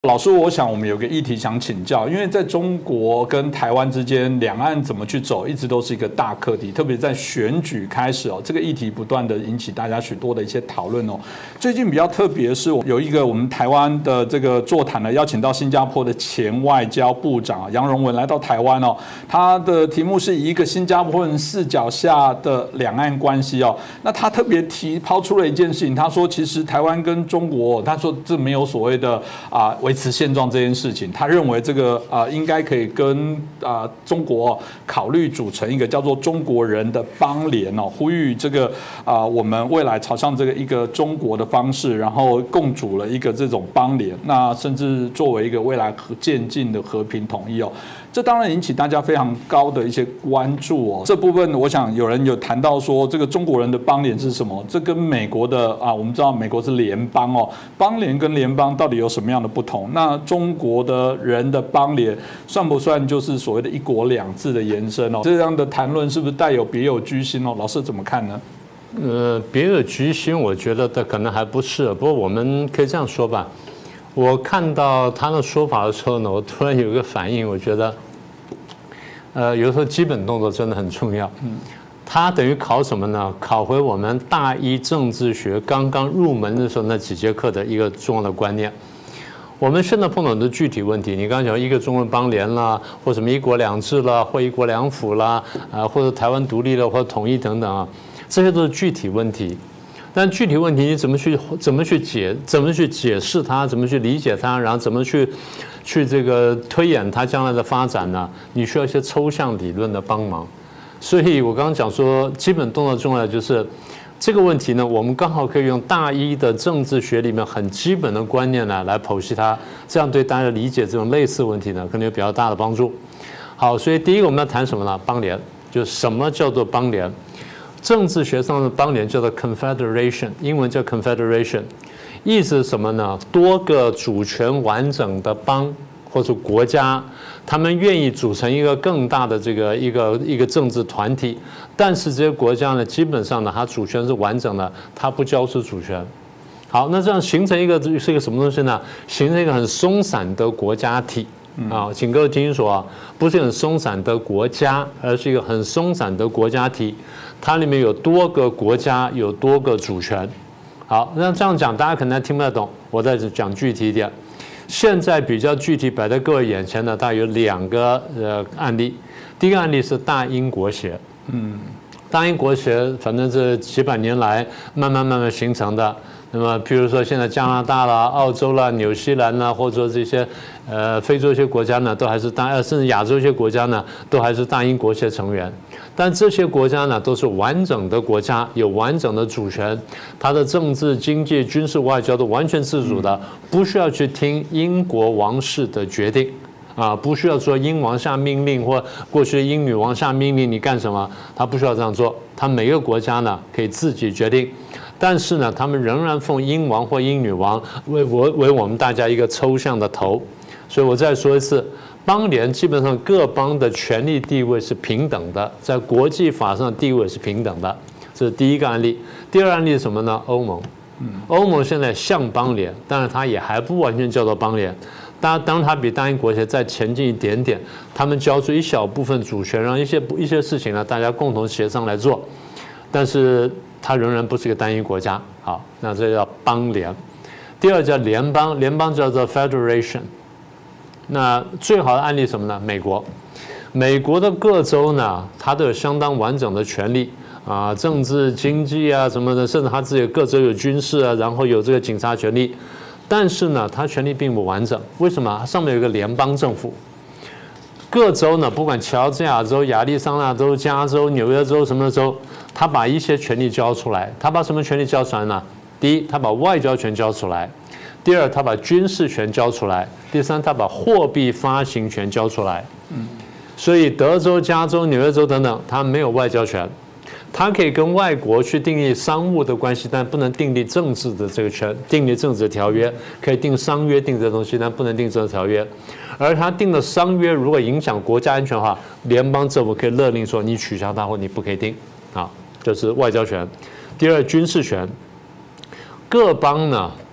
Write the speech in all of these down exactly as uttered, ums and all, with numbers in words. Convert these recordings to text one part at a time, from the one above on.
老师，我想我们有个议题想请教，因为在中国跟台湾之间，两岸怎么去走，一直都是一个大课题。特别在选举开始哦，这个议题不断的引起大家许多的一些讨论哦。最近比较特别的是，有一个我们台湾的这个座谈呢，邀请到新加坡的前外交部长杨荣文来到台湾哦。他的题目是以一个新加坡人视角下的两岸关系哦。那他特别提抛出了一件事情，他说其实台湾跟中国，他说这没有所谓的啊。维持现状这件事情，他认为这个啊、呃、应该可以跟啊、呃、中国考虑组成一个叫做中国人的邦联哦，呼吁这个啊、呃、我们未来朝向这个一个中国的方式，然后共组了一个这种邦联，那甚至作为一个未来渐进的和平统一哦，这当然引起大家非常高的一些关注哦。这部分我想有人有谈到说，这个中国人的邦联是什么？这跟美国的啊，我们知道美国是联邦哦，邦联跟联邦到底有什么样的不同？那中国的人的邦联算不算就是所谓的一国两制的延伸哦？这样的谈论是不是带有别有居心哦？老师怎么看呢？ 呃，别有居心，我觉得的可能还不是。不过我们可以这样说吧，我看到他的说法的时候呢，我突然有一个反应，我觉得，呃，有时候基本动作真的很重要。嗯。他等于考什么呢？考回我们大一政治学刚刚入门的时候那几节课的一个重要的观念。我们现在碰到的具体问题，你刚刚讲一个中国邦联啦，或什么一国两制啦，或一国两府啦，啊，或者台湾独立了，或者统一等等啊，这些都是具体问题。但具体问题你怎么去怎么去解怎么去解释它，怎么去理解它，然后怎么去去这个推演它将来的发展呢？你需要一些抽象理论的帮忙。所以我刚刚讲说，基本动作重要就是。这个问题呢，我们刚好可以用大一的政治学里面很基本的观念呢来剖析它，这样对大家理解这种类似问题呢，可能有比较大的帮助。好，所以第一个我们要谈什么呢？邦联，就是什么叫做邦联？政治学上的邦联叫做 confederation， 英文叫 confederation， 意思是什么呢？多个主权完整的邦或者国家，他们愿意组成一个更大的这个一个一个政治团体，但是这些国家呢，基本上呢，它主权是完整的，它不交出主权。好，那这样形成一个是一个什么东西呢？形成一个很松散的国家体啊，请各位听清楚啊，不是很松散的国家，而是一个很松散的国家体，它里面有多个国家，有多个主权。好，那这样讲大家可能还听不太懂，我再讲具体一点。现在比较具体摆在各位眼前的，大概有两个呃案例。第一个案例是大英国协，嗯，大英国协反正这几百年来慢慢慢慢形成的。那么，譬如说现在加拿大啦、澳洲啦、纽西兰啦，或者说这些呃非洲一些国家呢，都还是大，呃甚至亚洲一些国家呢，都还是大英国协成员。但这些国家呢，都是完整的国家，有完整的主权，它的政治、经济、军事、外交都完全自主的，不需要去听英国王室的决定，啊，不需要说英王下命令或过去的英女王下命令你干什么，他不需要这样做，他每个国家呢可以自己决定。但是呢，他们仍然奉英王或英女王为我为我们大家一个抽象的头。所以我再说一次，邦联基本上各邦的权力地位是平等的，在国际法上的地位是平等的，这是第一个案例。第二案例是什么呢？欧盟，欧盟现在像邦联，但是它也还不完全叫做邦联。当当它比大英国协再前进一点点，他们交出一小部分主权，让一些一些事情呢大家共同协商来做，但是它仍然不是一个单一国家。好，那这叫邦联。第二叫联邦，联邦叫做 federation。那最好的案例是什么呢？美国，美国的各州呢，它都有相当完整的权利啊，政治、经济啊什么的，甚至它自己各州有军事啊，然后有这个警察权利。但是呢，它权力并不完整。为什么？上面有一个联邦政府，各州呢，不管乔治亚州、亚利桑那州、加州、纽约州什么州，他把一些权利交出来。他把什么权利交出来呢？第一，他把外交权交出来；第二，他把军事权交出来；第三，他把货币发行权交出来。所以德州、加州、纽约州等等，他没有外交权。他可以跟外国去订立商务的关系，但不能订立政治的这个权，订立政治的条约，可以订商约，订这东西，但不能订政治条约。而他订的商约如果影响国家安全的话，联邦政府可以勒令说你取消它或你不可以订。啊，这是外交权。第二，军事权。各邦呢，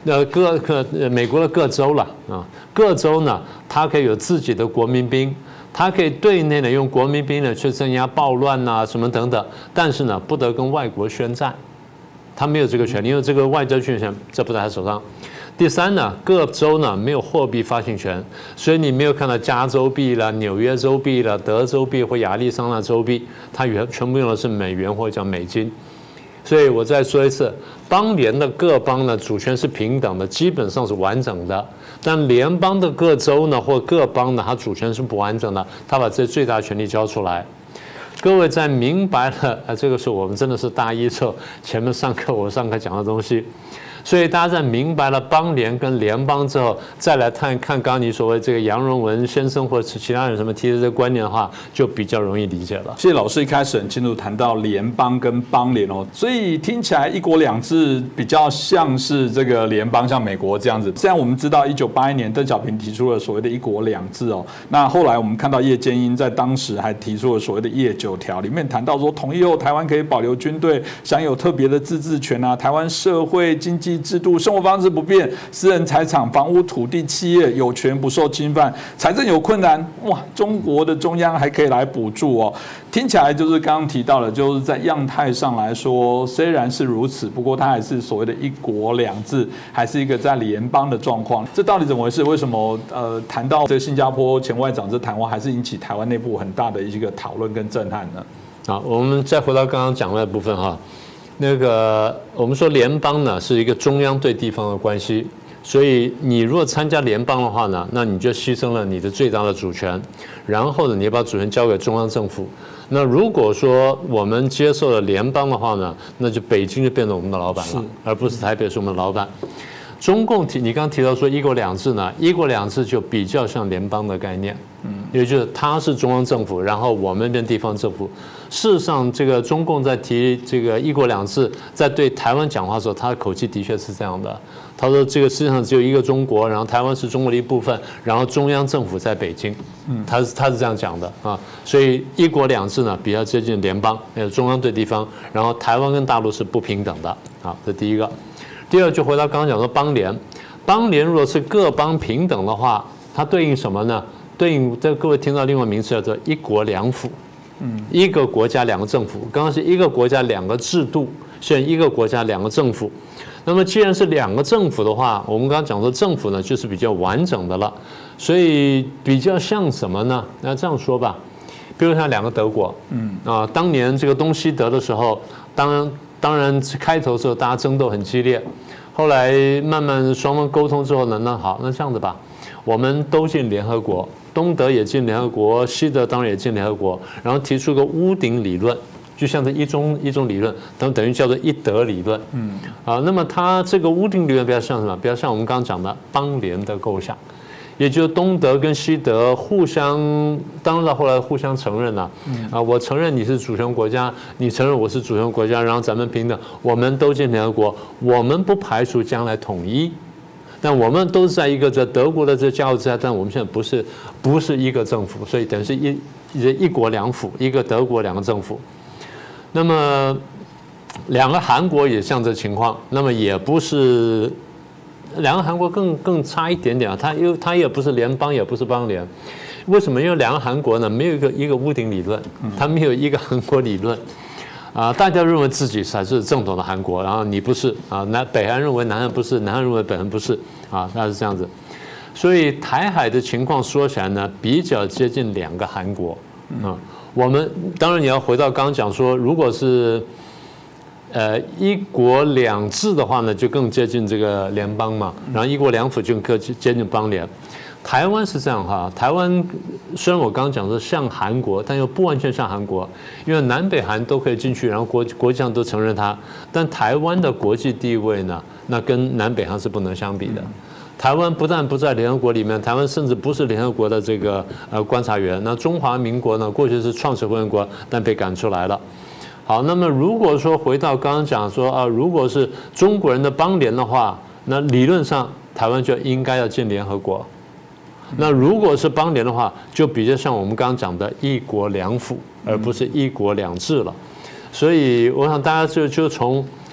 呃各各美国的各州了啊，各州呢，它可以有自己的国民兵。他可以对内呢用国民兵呢去镇压暴乱啊什么等等，但是呢不得跟外国宣战，他没有这个权利，因为这个外交权这不在他手上。第三呢，各州呢没有货币发行权，所以你没有看到加州币了、纽约州币了、德州币或亚利桑那州币，它原全部用的是美元或者叫美金。所以我再说一次，邦联的各邦呢主权是平等的，基本上是完整的。但联邦的各州呢或各邦呢，它主权是不完整的，它把这最大权力交出来。各位在明白了，呃，这个是我们真的是大一册前面上课我上课讲的东西。所以大家在明白了邦联跟联邦之后，再来看看刚刚你所谓这个杨荣文先生或者其他人什么提的这个观念的话，就比较容易理解了。 谢谢老师一开始很清楚谈到联邦跟邦联哦，所以听起来一国两制比较像是这个联邦，像美国这样子。虽然我们知道一九八一年邓小平提出了所谓的一国两制哦，那后来我们看到叶剑英在当时还提出了所谓的叶九条，里面谈到说统一后台湾可以保留军队，享有特别的自治权啊，台湾社会经济制度、生活方式不变，私人财产、房屋、土地、企业有权不受侵犯，财政有困难，哇，中国的中央还可以来补助哦。听起来就是刚刚提到的，就是在样态上来说，虽然是如此，不过它还是所谓的一国两制，还是一个在联邦的状况。这到底怎么回事？为什么呃谈到这个新加坡前外长这谈话，还是引起台湾内部很大的一个讨论跟震撼呢？ 好，我们再回到刚刚讲的部分哈。那个我们说联邦呢是一个中央对地方的关系，所以你如果参加联邦的话呢，那你就牺牲了你的最大的主权，然后呢，你把主权交给中央政府。那如果说我们接受了联邦的话呢，那就北京就变成我们的老板了，而不是台北是我们的老板。中共提你刚刚提到说一国两制呢，一国两制就比较像联邦的概念，嗯，也就是它是中央政府，然后我们变地方政府。事实上，这个中共在提这个一国两制，在对台湾讲话的时候，他的口气的确是这样的。他说这个世界上只有一个中国，然后台湾是中国的一部分，然后中央政府在北京，嗯，他是他是这样讲的啊。所以一国两制呢比较接近联邦，呃，中央对地方，然后台湾跟大陆是不平等的啊，这第一个。第二，就回到刚刚讲说邦联，邦联如果是各邦平等的话，它对应什么呢？对应这各位听到另外名词叫做一国两府，嗯，一个国家两个政府。刚刚是一个国家两个制度，现在一个国家两个政府。那么既然是两个政府的话，我们刚刚讲说政府呢就是比较完整的了，所以比较像什么呢？那这样说吧，比如像两个德国，嗯啊，当年这个东西德的时候，当然。当然，开头的时候大家争斗很激烈，后来慢慢双方沟通之后呢，那好，那这样子吧，我们都进联合国，东德也进联合国，西德当然也进联合国，然后提出个屋顶理论，就像这一中一中理论，等等于叫做一德理论。嗯，啊，那么它这个屋顶理论比较像什么？比较像我们刚刚讲的邦联的构想。也就是东德跟西德互相，当然到后来互相承认了，啊，我承认你是主权国家，你承认我是主权国家，然后咱们平等，我们都进联合国，我们不排除将来统一，但我们都是在一个在德国的这加入之下，但我们现在不是不是一个政府，所以等于是一一国两府，一个德国两个政府，那么两个韩国也像这情况，那么也不是。两个韩国更更差一点点啊，它又它也不是联邦，也不是邦联，为什么？因为两个韩国呢，没有一个一个屋顶理论，它没有一个韩国理论，啊，大家认为自己才是正统的韩国，然后你不是啊，南北韩认为南韩不是，南韩认为北韩不是，啊，它是这样子，所以台海的情况说起来呢，比较接近两个韩国啊。我们当然你要回到刚刚讲说，如果是。呃，一国两制的话呢，就更接近这个联邦嘛，然后一国两府就更接近邦联。台湾是这样哈，台湾虽然我刚刚讲说像韩国，但又不完全像韩国，因为南北韩都可以进去，然后国国际上都承认它，但台湾的国际地位呢，那跟南北韩是不能相比的。台湾不但不在联合国里面，台湾甚至不是联合国的这个呃观察员。那中华民国呢，过去是创始会员国，但被赶出来了。好，那么如果说回到刚刚讲说啊，如果是中国人的邦联的话，那理论上台湾就应该要进联合国。那如果是邦联的话，就比较像我们刚刚讲的一国两府，而不是一国两制了。所以我想大家就就从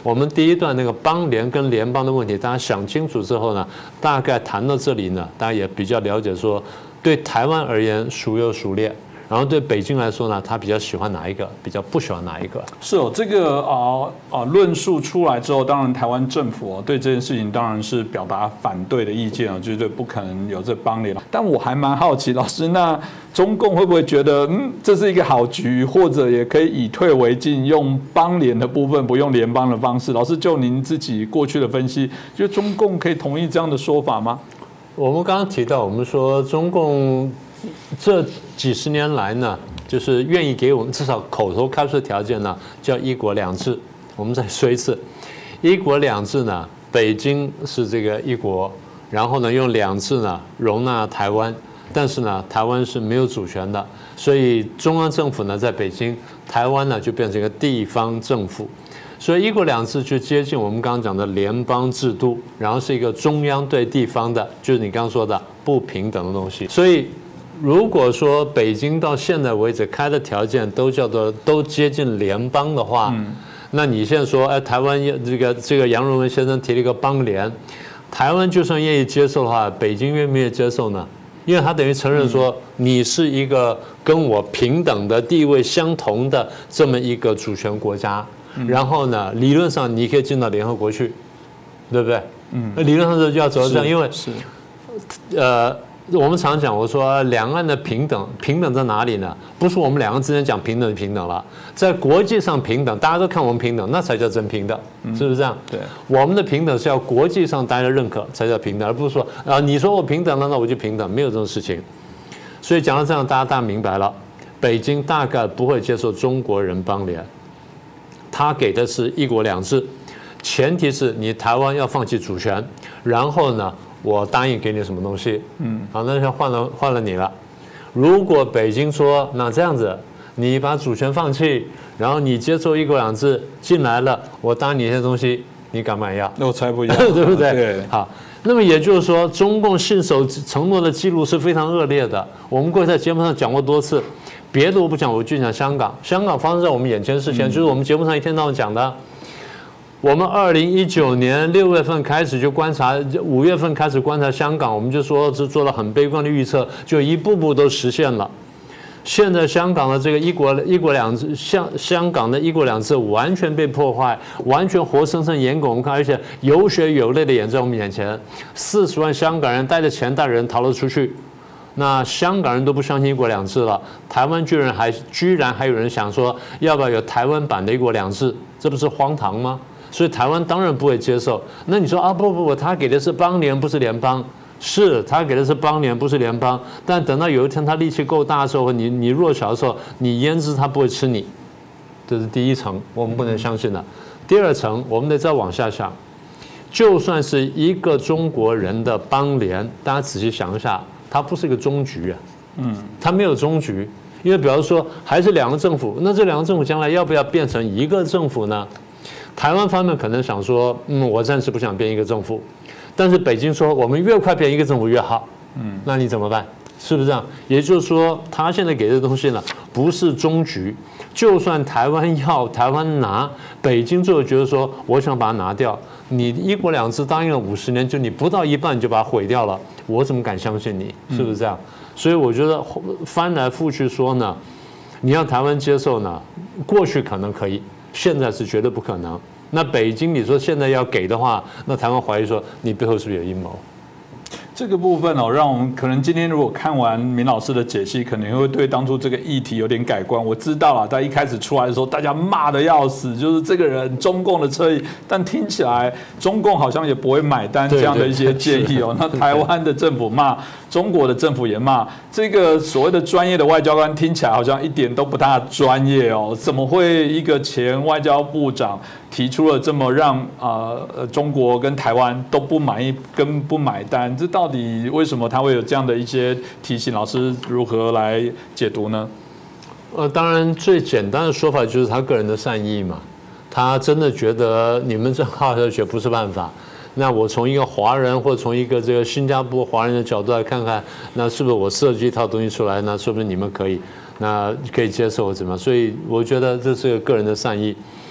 我们第一段那个邦联跟联邦的问题，大家想清楚之后呢，大概谈到这里呢，大家也比较了解说，对台湾而言孰优孰劣。然后对北京来说呢，他比较喜欢哪一个，比较不喜欢哪一个？ 是哦，这个啊啊论述出来之后，当然台湾政府哦对这件事情当然是表达反对的意见哦，绝对不可能有这邦联。但我还蛮好奇，老师，那中共会不会觉得嗯这是一个好局，或者也可以以退为进，用邦联的部分不用联邦的方式？老师，就您自己过去的分析，觉得中共可以同意这样的说法吗？ 我们刚刚提到，我们说中共这几十年来呢，就是愿意给我们至少口头开出的条件呢，叫一国两制。我们再说一次，一国两制呢，北京是这个一国，然后呢用两制呢容纳台湾，但是呢台湾是没有主权的，所以中央政府呢在北京，台湾呢就变成一个地方政府。所以一国两制就接近我们刚刚讲的联邦制度，然后是一个中央对地方的，就是你刚刚说的不平等的东西。所以如果说北京到现在为止开的条件都叫做都接近联邦的话，嗯、那你现在说，哎，台湾这个这个杨荣文先生提了一个邦联，台湾就算愿意接受的话，北京愿不愿意接受呢？因为他等于承认说你是一个跟我平等的地位相同的这么一个主权国家。然后呢，理论上你可以进到联合国去，对不对？嗯，理论上是要走到这样，因为是，呃，我们常讲，我说两岸的平等，平等在哪里呢？不是我们两个之间讲平等平等了，在国际上平等，大家都看我们平等，那才叫真平等，是不是这样？对，我们的平等是要国际上大家认可才叫平等，而不是说啊，你说我平等了，那我就平等，没有这种事情。所以讲到这样，大家大家明白了，北京大概不会接受中国人邦联。他给的是一国两制，前提是你台湾要放弃主权，然后呢，我答应给你什么东西，嗯，好，那就换了换了你了。如果北京说那这样子，你把主权放弃，然后你接受一国两制进来了，我答应你一些东西，你敢不敢要？ 那我才不要， 对不对？ 对， 好。那么也就是说，中共信守承诺的记录是非常恶劣的。我们过去在节目上讲过多次。别的我不讲，我就讲香港。香港发生在我们眼前的事情，就是我们节目上一天到晚讲的。我们二零一九年六月份开始就观察，五月份开始观察香港，我们就说是做了很悲观的预测，就一步步都实现了。现在香港的这个一国一国两制，香香港的一国两制完全被破坏，完全活生生演给我们看，而且有血有泪的演在我们眼前。四十万香港人带着钱带人逃了出去。那香港人都不相信一国两制了，台湾居然还居然还有人想说要不要有台湾版的一国两制，这不是荒唐吗？所以台湾当然不会接受。那你说啊不不不，他给的是邦联不是联邦，是他给的是邦联不是联邦，但等到有一天他力气够大的时候，你你弱小的时候，你焉知他不会吃你？这是第一层，我们不能相信的。第二层，我们得再往下想，就算是一个中国人的邦联，大家仔细想一下。它不是一个终局啊，嗯，它没有终局，因为比方说还是两个政府，那这两个政府将来要不要变成一个政府呢？台湾方面可能想说，嗯，我暂时不想变一个政府，但是北京说我们越快变一个政府越好，嗯，那你怎么办？是不是这样？也就是说，他现在给的东西呢，不是终局，就算台湾要台湾拿，北京最后觉得说，我想把它拿掉。你一国两制答应了五十年，就你不到一半就把它毁掉了，我怎么敢相信你？是不是这样？所以我觉得翻来覆去说呢，你要台湾接受呢，过去可能可以，现在是绝对不可能。那北京你说现在要给的话，那台湾怀疑说你背后是不是有阴谋？ 这个部分哦，让我们可能今天如果看完明老师的解析，可能会对当初这个议题有点改观。我知道了，在一开始出来的时候，大家骂得要死，就是这个人中共的侧翼，但听起来中共好像也不会买单这样的一些建议哦。那台湾的政府骂，中国的政府也骂，这个所谓的专业的外交官听起来好像一点都不大专业哦。怎么会一个前外交部长提出了这么让呃中国跟台湾都不满意跟不买单？这到底为什么他会有这样的一些提醒？老师如何来解读呢？ 呃，当然最简单的说法就是他个人的善意嘛。他真的觉得你们这好下去不是办法。那我从一个华人或从一个这个新加坡华人的角度来看看，那是不是我设计一套东西出来，那说不定你们可以，那可以接受怎么样？所以我觉得这是个个人的善意。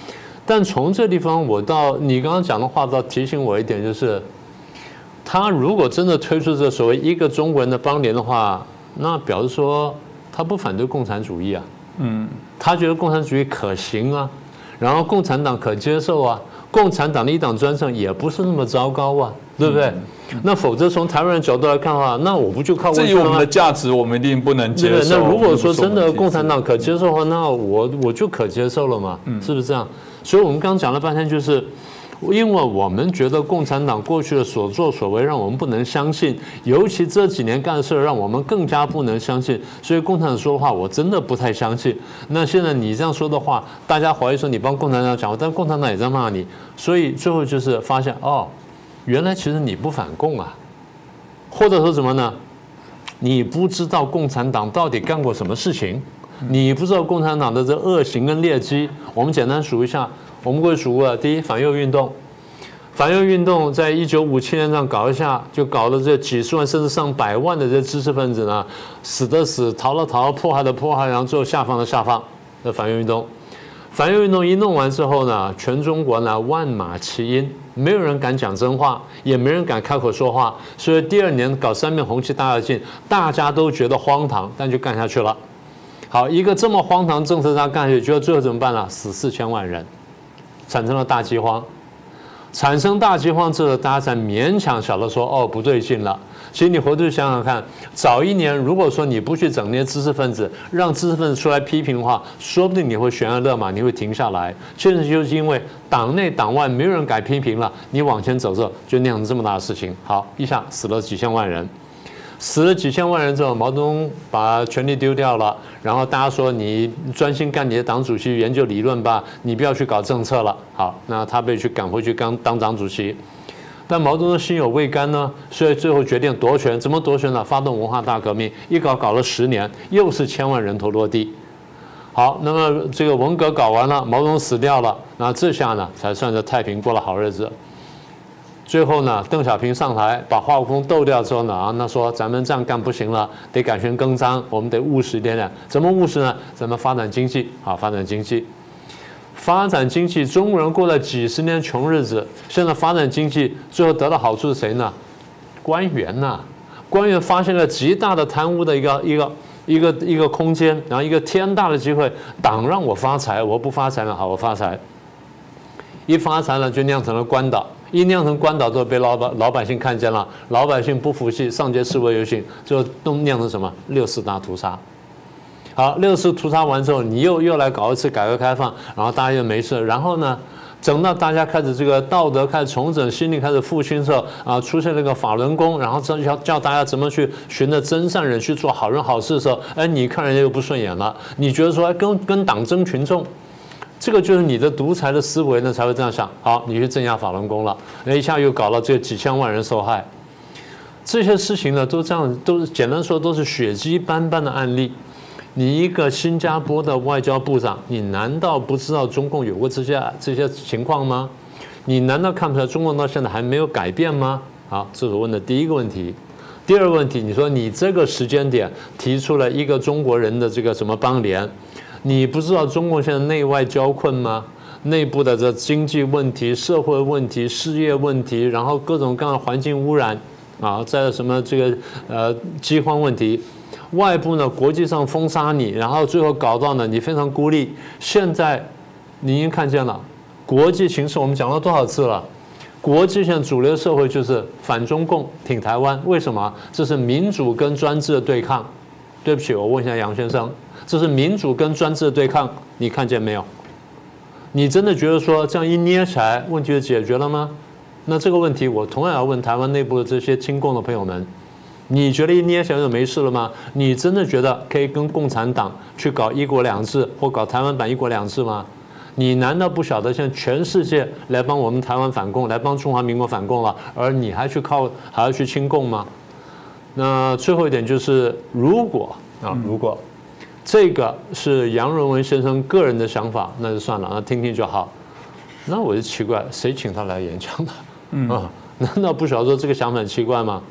但从这地方，我到你刚刚讲的话，倒提醒我一点，就是他如果真的推出这所谓一个中国人的邦联的话，那表示说他不反对共产主义啊，嗯，他觉得共产主义可行啊，然后共产党可接受啊，共产党的一党专政也不是那么糟糕啊，对不对？那否则从台湾人角度来看的话，那我不就靠至于我们的价值，我们一定不能接受。 那如果说真的共产党可接受的话，那我我就可接受了嘛，是不是这样？所以我们刚刚讲了半天，就是因为我们觉得共产党过去的所作所为让我们不能相信，尤其这几年干的事让我们更加不能相信，所以共产党说的话我真的不太相信。那现在你这样说的话，大家怀疑说你帮共产党讲话，但共产党也在骂你，所以最后就是发现哦，原来其实你不反共啊，或者说什么呢？你不知道共产党到底干过什么事情，你不知道共产党的这恶行跟劣迹。我们简单数一下，我们会数过，第一，反右运动，反右运动在一九五七年这样搞一下，就搞了这几十万甚至上百万的这知识分子呢，死的死，逃的逃，迫害的迫害，然后最后下放的下放，这反右运动。反右运动一弄完之后呢，全中国呢万马齐喑，没有人敢讲真话，也没人敢开口说话，所以第二年搞三面红旗大跃进，大家都觉得荒唐，但就干下去了。好，一个这么荒唐政策他干下去，结果最后怎么办呢？死四千万人，产生了大饥荒。产生大饥荒之后，大家才勉强晓得说，哦，不对劲了。其实你回头想想看，早一年如果说你不去整那些知识分子，让知识分子出来批评的话，说不定你会悬崖勒马，你会停下来。现在就是因为党内党外没有人敢批评了，你往前走着就酿成这么大的事情。好，一下死了几千万人。死了几千万人之后，毛泽东把权力丢掉了，然后大家说你专心干你的党主席研究理论吧，你不要去搞政策了。好，那他被去赶回去当当党主席，但毛泽东心有未甘呢，所以最后决定夺权。怎么夺权呢？发动文化大革命，一搞搞了十年，又是千万人头落地。好，那么这个文革搞完了，毛泽东死掉了，那这下呢才算是太平过了好日子。最后呢，邓小平上台把华国锋斗掉之后呢，啊，那说咱们这样干不行了，得改弦更张，我们得务实一点点。怎么务实呢？咱们发展经济，啊，发展经济，发展经济。中国人过了几十年穷日子，现在发展经济，最后得到好处是谁呢？官员呐、啊，官员发现了极大的贪污的一个一个一个一个空间，然后一个天大的机会，党让我发财，我不发财了，好，我发财，一发财了就酿成了关岛。一酿成关岛之后，被老百老百姓看见了，老百姓不服气，上街示威游行，最后都酿成什么？六四大屠杀。好，六四屠杀完之后，你又又来搞一次改革开放，然后大家又没事，然后呢，等到大家开始这个道德开始重整，心理开始复兴之后，啊，出现那个法轮功，然后叫叫大家怎么去循着真善人去做好人好事的时候，哎，你看人家又不顺眼了，你觉得说，哎，跟跟党争群众。这个就是你的独裁的思维呢，才会这样想。好，你去镇压法轮功了，那一下又搞了这几千万人受害，这些事情呢，都这样，都是简单说都是血迹斑斑的案例。你一个新加坡的外交部长，你难道不知道中共有过这些这些情况吗？你难道看不出来中共到现在还没有改变吗？好，这是我问的第一个问题。第二个问题，你说你这个时间点提出了一个中国人的这个什么邦联？你不知道中共现在内外交困吗？内部的这经济问题、社会问题、事业问题，然后各种各样的环境污染啊，再什么这个呃饥荒问题，外部呢国际上封杀你，然后最后搞到呢你非常孤立。现在你已经看见了国际形势，我们讲了多少次了？国际现在主流社会就是反中共、挺台湾，为什么？这是民主跟专制的对抗。对不起，我问一下杨先生。这是民主跟专制的对抗，你看见没有？你真的觉得说这样一捏起来，问题就解决了吗？那这个问题我同样要问台湾内部的这些亲共的朋友们：你觉得一捏起来就没事了吗？你真的觉得可以跟共产党去搞一国两制或搞台湾版一国两制吗？你难道不晓得现在全世界来帮我们台湾反共，来帮中华民国反共了，而你还去靠还要去亲共吗？那最后一点就是，如果啊，如果。这个是杨荣文先生个人的想法，那就算了，那听听就好。那我就奇怪，谁请他来演讲的？嗯啊，难道不晓得说这个想法很奇怪吗？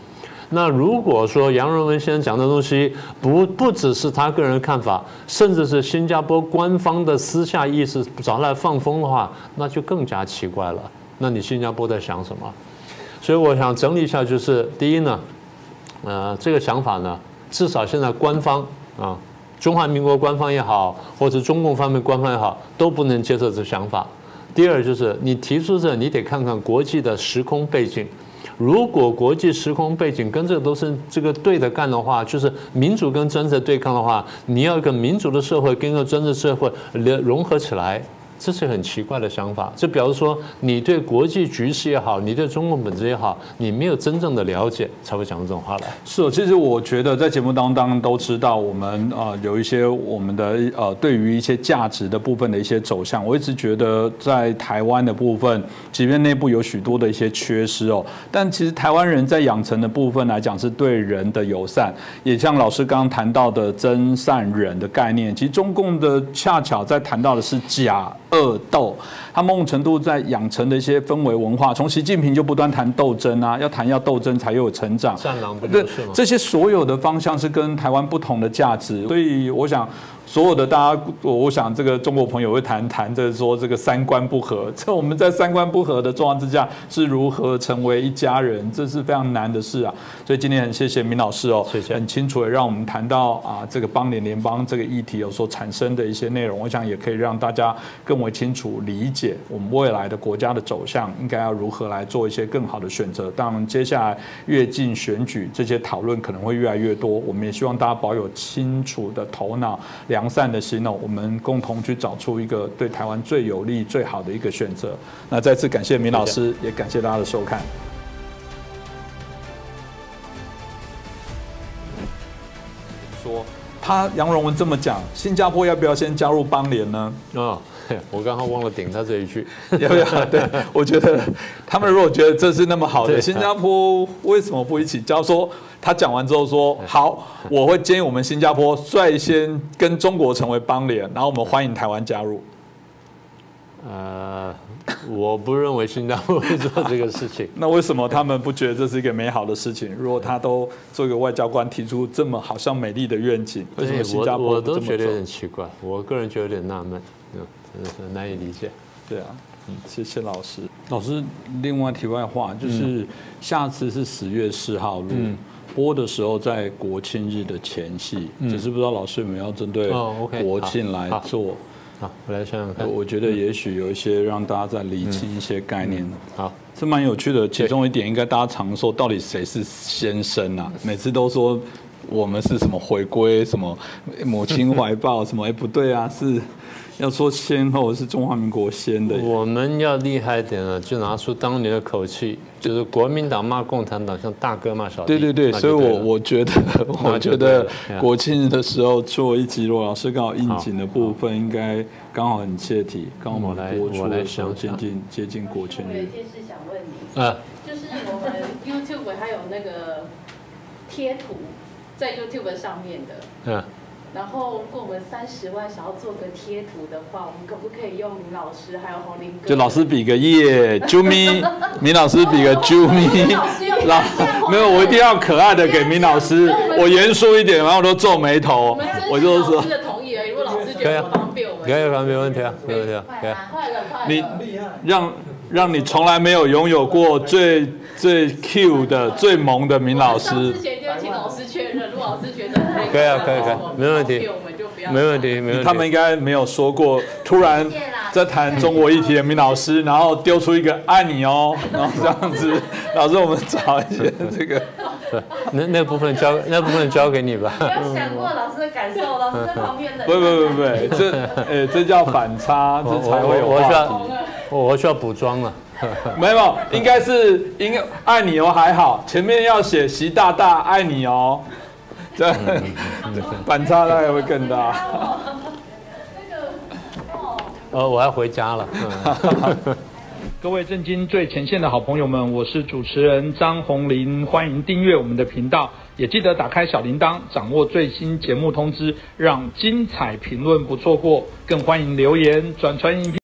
那如果说杨荣文先生讲的东西不不只是他个人的看法，甚至是新加坡官方的私下意识找他来放风的话，那就更加奇怪了。那你新加坡在想什么？所以我想整理一下，就是第一呢，呃，这个想法呢，至少现在官方啊，中华民国官方也好，或者中共方面官方也好，都不能接受这想法。第二就是你提出这，你得看看国际的时空背景。如果国际时空背景跟这个都是这个对的干的话，就是民主跟专制对抗的话，你要一个民主的社会跟一个专制社会融合起来。这是很奇怪的想法，就表示说你对国际局势也好，你对中共本质也好，你没有真正的了解，才会讲出这种话来。 是哦，其实我觉得在节目当中都知道，我们呃有一些我们的呃对于一些价值的部分的一些走向，我一直觉得在台湾的部分，即便内部有许多的一些缺失哦，但其实台湾人在养成的部分来讲，是对人的友善，也像老师刚刚谈到的真善忍的概念，其实中共的恰巧在谈到的是假恶斗，他某种程度在养成的一些氛围文化，从习近平就不断谈斗争啊，要谈要斗争才有成长。 战狼不就是吗？ 这些所有的方向是跟台湾不同的价值，所以我想。所有的大家，我想这个中国朋友会谈谈着说这个三观不合，这我们在三观不合的状况之下是如何成为一家人，这是非常难的事啊。所以今天很谢谢明老师哦， 谢谢， 很清楚的让我们谈到啊这个邦联联邦这个议题有所产生的一些内容，我想也可以让大家更为清楚理解我们未来的国家的走向应该要如何来做一些更好的选择。当然，接下来越近选举，这些讨论可能会越来越多，我们也希望大家保有清楚的头脑。良善的心哦，我们共同去找出一个对台湾最有利、最好的一个选择。那再次感谢明老师，也感谢大家的收看。说他杨荣文这么讲，新加坡要不要先加入邦联呢？ 啊、哦，我刚刚忘了顶他这一句， 要不要？对，我觉得他们如果觉得这是那么好的，新加坡为什么不一起加？说他讲完之后说好，我会建议我们新加坡率先跟中国成为邦联，然后我们欢迎台湾加入。 呃，我不认为新加坡会做这个事情。 那为什么他们不觉得这是一个美好的事情？如果他都做一个外交官，提出这么好像美丽的愿景，为什么新加坡不这么做？ 我都觉得有点奇怪，我个人觉得有点纳闷，嗯，真的是难以理解。 对啊。嗯，谢谢老师。老师，另外题外话就是，下次是十月四号录。嗯播的时候在国庆日的前夕，嗯、只是不知道老师有没有要针对国庆来做。 哦 okay, 好, 好，我来想想看。 我觉得也许有一些让大家再理清一些概念。嗯嗯、 好， 这蛮有趣的。其中一点应该大家常说，到底谁是先生啊？每次都说我们是什么回归，什么母亲怀抱，什么哎不对啊，是。要说先后是中华民国先的， 我们要厉害一点了，就拿出当年的口气，就是国民党骂共产党像大哥骂小弟。 对对对，所以我我觉得，我觉得国庆日的时候做一集，罗老师刚好应景的部分，应该刚好很切题，刚好我们播出的时候接近接近国庆日。 有一件事想问你，啊，就是我们 YouTube 还有那个贴图在 YouTube 上面的，嗯。然后，如果我们三十万想要做个贴图的话，我们可不可以用林老师还有洪林哥？ 就老师比个耶，啾咪，明老师比个啾咪。老没有，我一定要可爱的给明老师，我严肃一点，然后我都皱眉头。 我就说。老师的同意而已，如果老师觉得方便，我们可以方便，没问题啊，没问题啊，可以。 快了，快了。 你让让你从来没有拥有过最最 Q 的、最萌的明老师。 之前就请老师确认，如果老师觉得可以啊，可以，可以，没问题。没问题，没问题。 他们应该没有说过，突然在谈中国议题的明老师，然后丢出一个爱你哦，然后这样子，老师我们找一些这个， 那那部分交那部分交给你吧。 没有想过老师的感受，老师在旁边的。 不不不不，这呃这叫反差，这才会有话题。 我需要补妆了。 没有，应该是应该爱你哦还好，前面要写习大大爱你哦。这反差大概会更大。 呃，我要回家了。 各位震惊最前线的好朋友们，我是主持人张宏林，欢迎订阅我们的频道，也记得打开小铃铛，掌握最新节目通知，让精彩评论不错过。更欢迎留言转传影片。